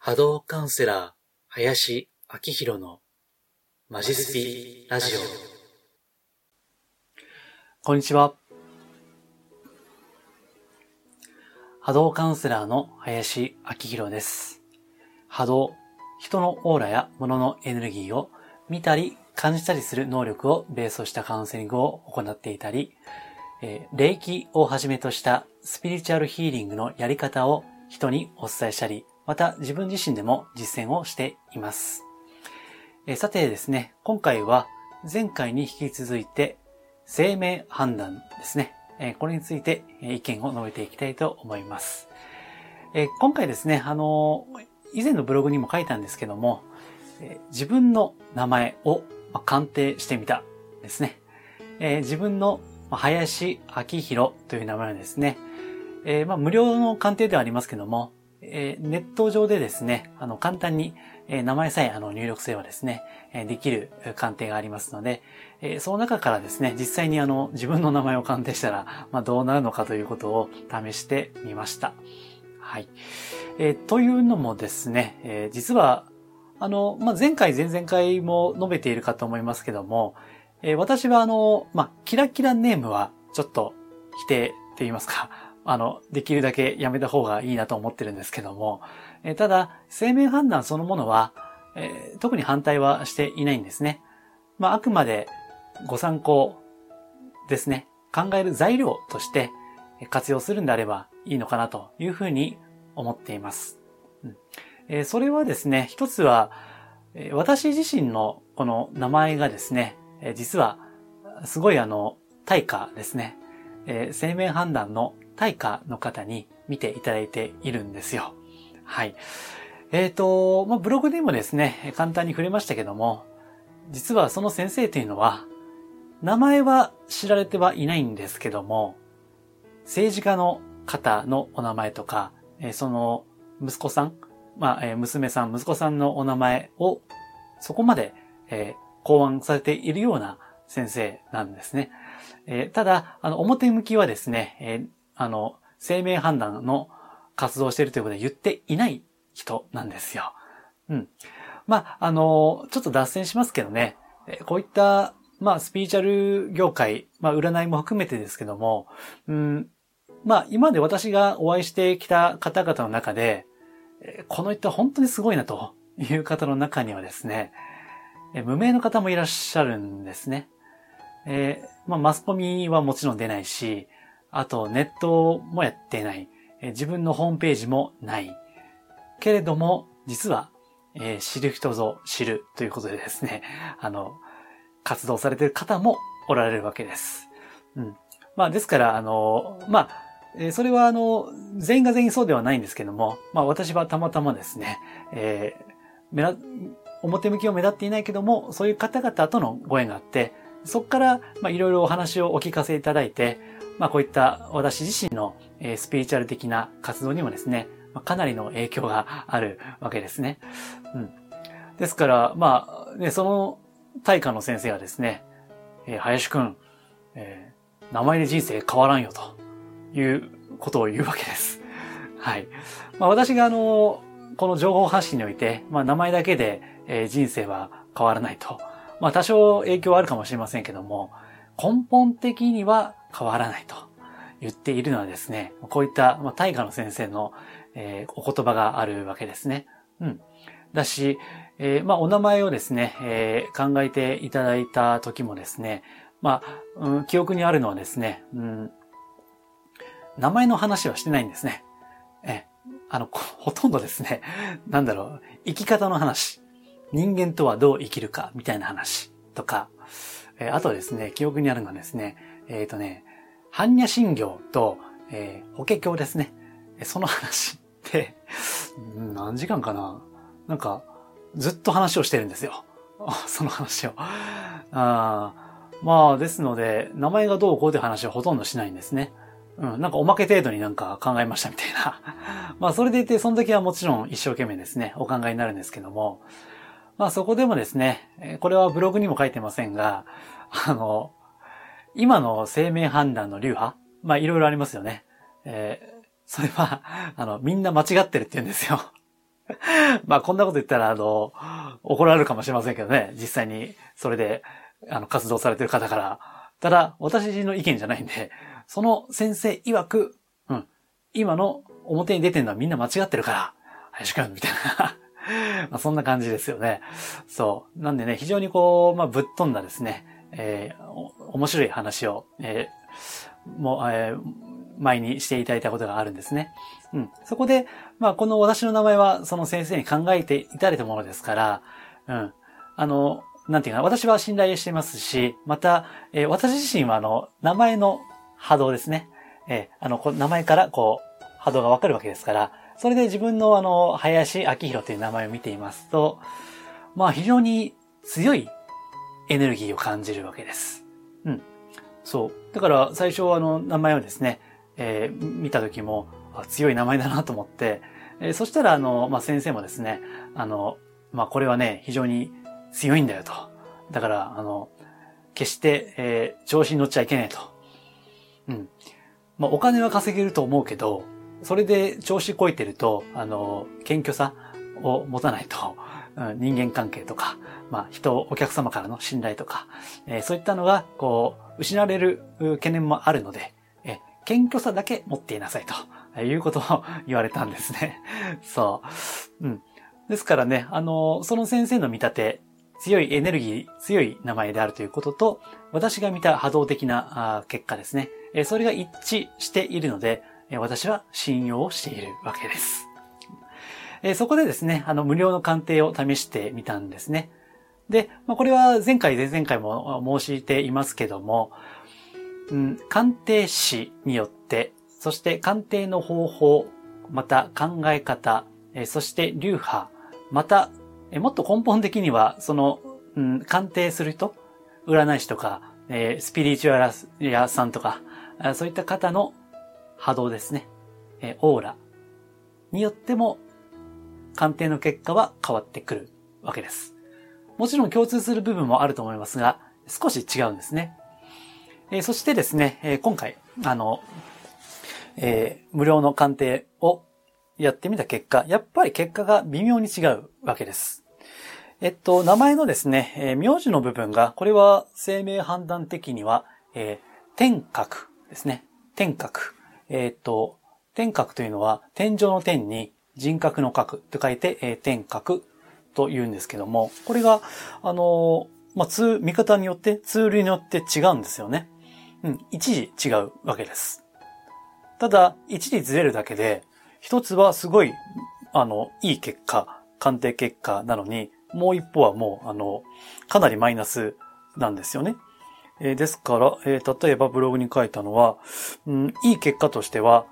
波動カウンセラー林明宏のマジスピラジオ。こんにちは。波動カウンセラーの林明宏です。波動、人のオーラや物のエネルギーを見たり感じたりする能力をベースとしたカウンセリングを行っていたり、霊気をはじめとしたスピリチュアルヒーリングのやり方を人にお伝えしたり、また自分自身でも実践をしています。さてですね、今回は前回に引き続いて生命判断ですね。これについて意見を述べていきたいと思います。今回ですね、以前のブログにも書いたんですけども、自分の名前を鑑定してみたですね。自分の林明宏という名前はですね、無料の鑑定ではありますけども、ネット上でですね、簡単に名前さえ入力すればですね、できる鑑定がありますので、その中からですね、実際に自分の名前を鑑定したら、どうなるのかということを試してみました。はい。というのもですね、実は、前回、前々回も述べているかと思いますけども、私はキラキラネームはちょっと否定って言いますか、できるだけやめた方がいいなと思ってるんですけども、ただ、生命判断そのものは、特に反対はしていないんですね。あくまでご参考ですね。考える材料として活用するんであればいいのかなというふうに思っています。それはですね、一つは、私自身のこの名前がですね、実はすごい対価ですね。生命判断の対価の方に見ていただいているんですよ。はい。ブログでもですね、簡単に触れましたけども、実はその先生というのは、名前は知られてはいないんですけども、政治家の方のお名前とか、その息子さん、娘さん、息子さんのお名前をそこまで、考案されているような先生なんですね。ただ、表向きはですね、生命判断の活動をしているということで言っていない人なんですよ。ちょっと脱線しますけどね、こういった、スピリチュアル業界、占いも含めてですけども、今まで私がお会いしてきた方々の中で、この人本当にすごいなという方の中にはですね、無名の方もいらっしゃるんですね。マスコミはもちろん出ないし、あとネットもやってない。自分のホームページもない。けれども、実は、知る人ぞ知るということでですね、活動されている方もおられるわけです。ですから、それは全員が全員そうではないんですけども、私はたまたまですね、表向きを目立っていないけども、そういう方々とのご縁があって、そこから、いろいろお話をお聞かせいただいて、こういった私自身のスピリチュアル的な活動にもですね、かなりの影響があるわけですね。ですから、その大家の先生はですね、林くん、名前で人生変わらんよということを言うわけです。はい。私がこの情報発信において、名前だけで、人生は変わらないと。多少影響はあるかもしれませんけども、根本的には変わらないと言っているのはですね、こういった大家の先生の、お言葉があるわけですね。だし、お名前をですね、考えていただいた時もですね、記憶にあるのはですね、名前の話はしてないんですね。ほとんどですね、生き方の話。人間とはどう生きるかみたいな話とか、あとですね、記憶にあるのはですね、般若心経と、法華経ですね。その話って、何時間かな？ずっと話をしてるんですよ。その話を。ですので、名前がどうこうという話はほとんどしないんですね。おまけ程度に考えましたみたいな。それでいて、その時はもちろん一生懸命ですね、お考えになるんですけども、そこでもですね、これはブログにも書いてませんが、今の生命判断の流派、いろいろありますよね。それは、みんな間違ってるって言うんですよ。 まあこんなこと言ったら怒られるかもしれませんけどね。実際にそれで活動されてる方から。ただ私の意見じゃないんで、その先生曰く、今の表に出てるのはみんな間違ってるから、林くんみたいな。まあそんな感じですよね。そう。なんでね、非常にぶっ飛んだですね、面白い話を、前にしていただいたことがあるんですね。そこで、この私の名前はその先生に考えていただいたものですから、なんていうかな、私は信頼していますし、また、私自身は名前の波動ですね。名前から波動がわかるわけですから、それで自分の林明宏という名前を見ていますと、非常に強いエネルギーを感じるわけです。そう。だから最初名前をですね、見た時も強い名前だなと思って、そしたら先生もですね、これはね、非常に強いんだよと。だから、決して、調子に乗っちゃいけないと。お金は稼げると思うけど、それで調子こいてると、謙虚さを持たないと、人間関係とか、お客様からの信頼とか、そういったのが、失われる懸念もあるので、謙虚さだけ持っていなさいということを言われたんですね。そう。ですからね、その先生の見立て、強いエネルギー、強い名前であるということと、私が見た波動的な結果ですね。それが一致しているので、私は信用をしているわけです。そこでですね、無料の鑑定を試してみたんですね。で、これは前回、前々回も申していますけども、鑑定士によって、そして鑑定の方法、また考え方、そして流派、また、もっと根本的には、鑑定する人、占い師とか、スピリチュアル屋さんとか、そういった方の波動ですね。オーラによっても鑑定の結果は変わってくるわけです。もちろん共通する部分もあると思いますが、少し違うんですね。そしてですね、今回、無料の鑑定をやってみた結果、やっぱり結果が微妙に違うわけです。名前のですね、名字の部分が、これは生命判断的には、天格ですね。天格。天格というのは、天井の天に人格の格と書いて、天格と言うんですけども、これが、見方によって、ツールによって違うんですよね。一時違うわけです。ただ、一時ずれるだけで、一つはすごい、いい結果、鑑定結果なのに、もう一方はもう、かなりマイナスなんですよね。ですから、例えばブログに書いたのは、いい結果としては、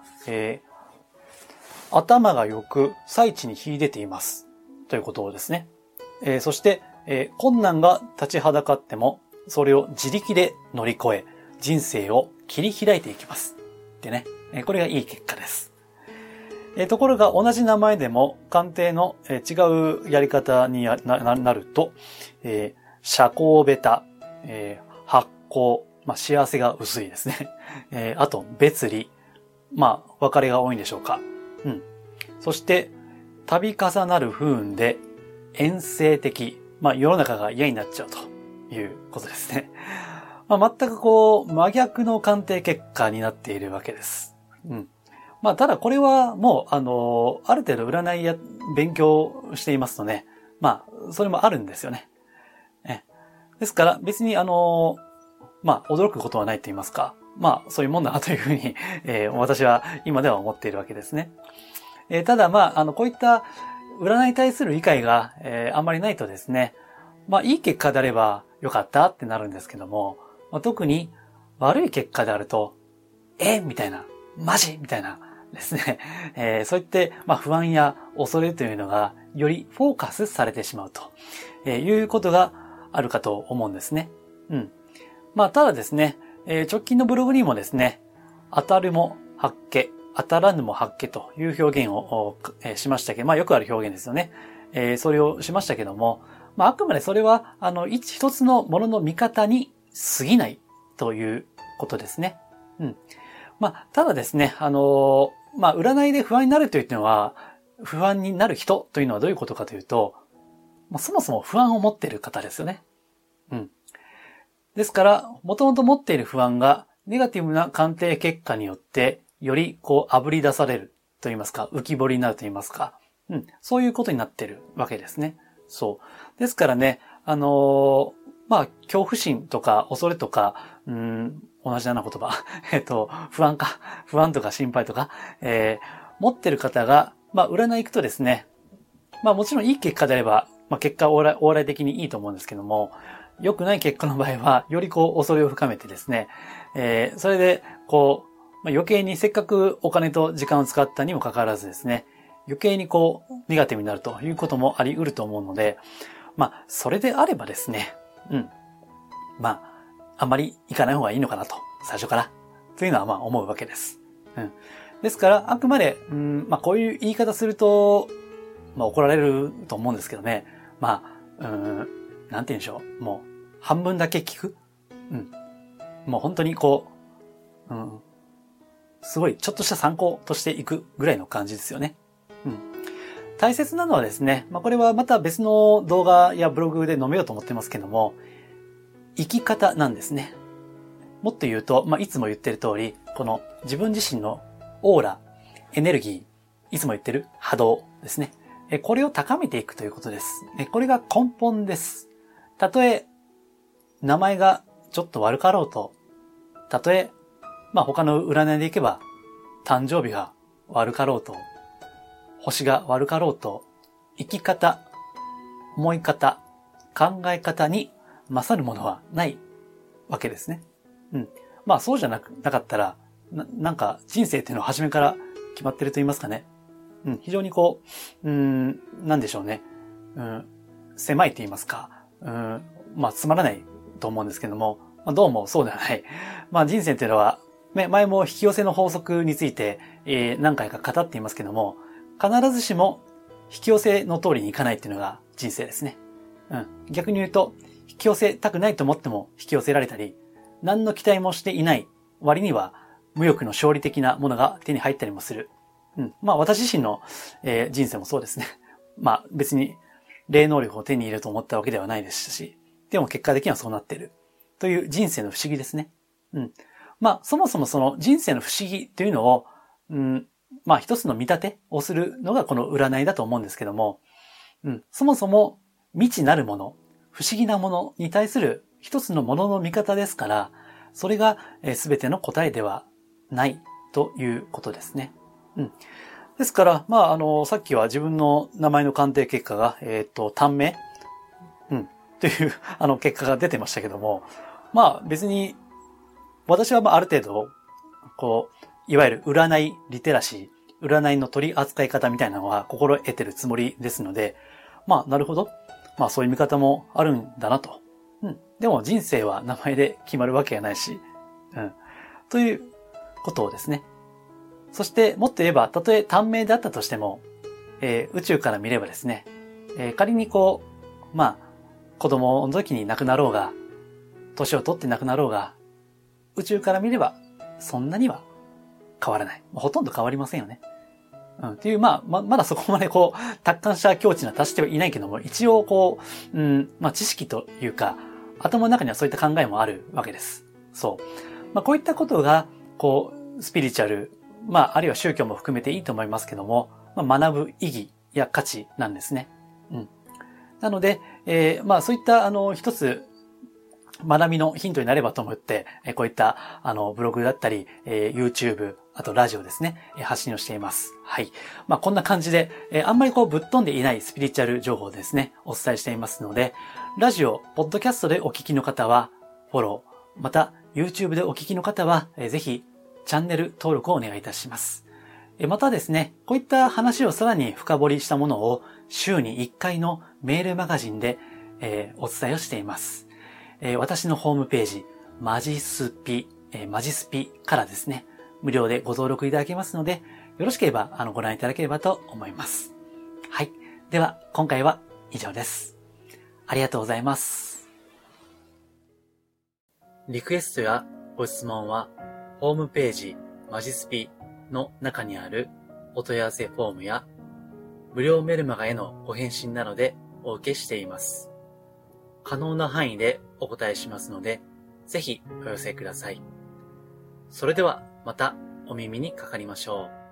頭がよく最地に秀でています。ということですね。そして、困難が立ちはだかっても、それを自力で乗り越え、人生を切り開いていきます。ってね。これがいい結果です。ところが同じ名前でも鑑定の違うやり方になると、社交ベタ、発行、幸せが薄いですね。あと、別離、別れが多いんでしょうか。そして、度重なる不運で、遠征的、世の中が嫌になっちゃうということですね。全く真逆の鑑定結果になっているわけです。ただこれはもう、ある程度占いや勉強していますとね、それもあるんですよね。ですから別に驚くことはないと言いますか、そういうもんだなというふうに、私は今では思っているわけですね。ただこういった占いに対する理解が、あんまりないとですね、いい結果であればよかったってなるんですけども、特に悪い結果であると、みたいな、マジみたいなですね、そういって、不安や恐れというのがよりフォーカスされてしまうということがあるかと思うんですね。ただですね、直近のブログにもですね、当たるも発見、当たらぬも発見という表現をしましたけど、よくある表現ですよね。それをしましたけども、あくまでそれは、一つのものの見方に過ぎないということですね。ただですね、占いで不安になるというのは、 不安になる人というのはどういうことかというと、そもそも不安を持っている方ですよね。ですから、もともと持っている不安がネガティブな鑑定結果によって、より炙り出されると言いますか、浮き彫りになると言いますか、そういうことになっているわけですね。そう。ですからね、恐怖心とか恐れとか、同じような言葉。不安とか心配とか、持ってる方が、占い行くとですね、もちろんいい結果であれば、結果往来的にいいと思うんですけども、良くない結果の場合は、より恐れを深めてですね、それで、余計にせっかくお金と時間を使ったにもかかわらずですね、余計にネガティブになるということもあり得ると思うので、それであればですね、あんまり行かない方がいいのかなと、最初から、というのは思うわけです。ですから、あくまで、こういう言い方すると、怒られると思うんですけどね。なんて言うんでしょう。もう、半分だけ聞く。もう本当にすごい、ちょっとした参考としていくぐらいの感じですよね。大切なのはですね、これはまた別の動画やブログで述べようと思ってますけども、生き方なんですね。もっと言うと、いつも言ってる通り、この自分自身のオーラ、エネルギー、いつも言ってる波動ですね。これを高めていくということです。これが根本です。たとえ、名前がちょっと悪かろうと、たとえ、他の占いでいけば、誕生日が悪かろうと、星が悪かろうと、生き方、思い方、考え方に勝るものはないわけですね。そうじゃなかったら、なんか人生っていうのは初めから決まってると言いますかね。非常になんでしょうね。狭いと言いますか。つまらないと思うんですけども、どうもそうではない。人生っていうのは、前も引き寄せの法則について、何回か語っていますけども、必ずしも引き寄せの通りにいかないっていうのが人生ですね。逆に言うと、引き寄せたくないと思っても引き寄せられたり、何の期待もしていない割には、無欲の勝利的なものが手に入ったりもする。私自身の、人生もそうですね。別に霊能力を手に入れると思ったわけではないですし、でも結果的にはそうなっている。という人生の不思議ですね。そもそもその人生の不思議というのを、一つの見立てをするのがこの占いだと思うんですけども、そもそも未知なるもの、不思議なものに対する一つのものの見方ですから、それが全ての答えではないということですね。ですから、さっきは自分の名前の鑑定結果が、短命という、結果が出てましたけども、別に、私はある程度、いわゆる占いリテラシー、占いの取り扱い方みたいなのは心得てるつもりですので、なるほど。そういう見方もあるんだなと。でも人生は名前で決まるわけがないし、ということをですね。そしてもっと言えば、たとえ短命であったとしても、宇宙から見ればですね、仮に子供の時に亡くなろうが、年を取って亡くなろうが、宇宙から見れば、そんなには変わらない。ほとんど変わりませんよね。っていう、まだそこまで達観した境地には達してはいないけども、一応知識というか、頭の中にはそういった考えもあるわけです。そう。こういったことが、スピリチュアル、あるいは宗教も含めていいと思いますけども、学ぶ意義や価値なんですね。なので、そういった一つ学びのヒントになればと思って、こういったブログだったり、YouTube、あとラジオですね、発信をしています。はい。こんな感じで、あんまりぶっ飛んでいないスピリチュアル情報をですね、お伝えしていますので、ラジオ、ポッドキャストでお聞きの方はフォロー、また YouTube でお聞きの方は、ぜひチャンネル登録をお願いいたします。またですね、こういった話をさらに深掘りしたものを週に1回のメールマガジンで、お伝えをしています。私のホームページ、マジスピからですね、無料でご登録いただけますので、よろしければご覧いただければと思います。はい。では、今回は以上です。ありがとうございます。リクエストやご質問は、ホームページ、マジスピの中にあるお問い合わせフォームや、 無料メルマガへのご返信などでお受けしています。可能な範囲でお答えしますので、ぜひお寄せください。それではまたお耳にかかりましょう。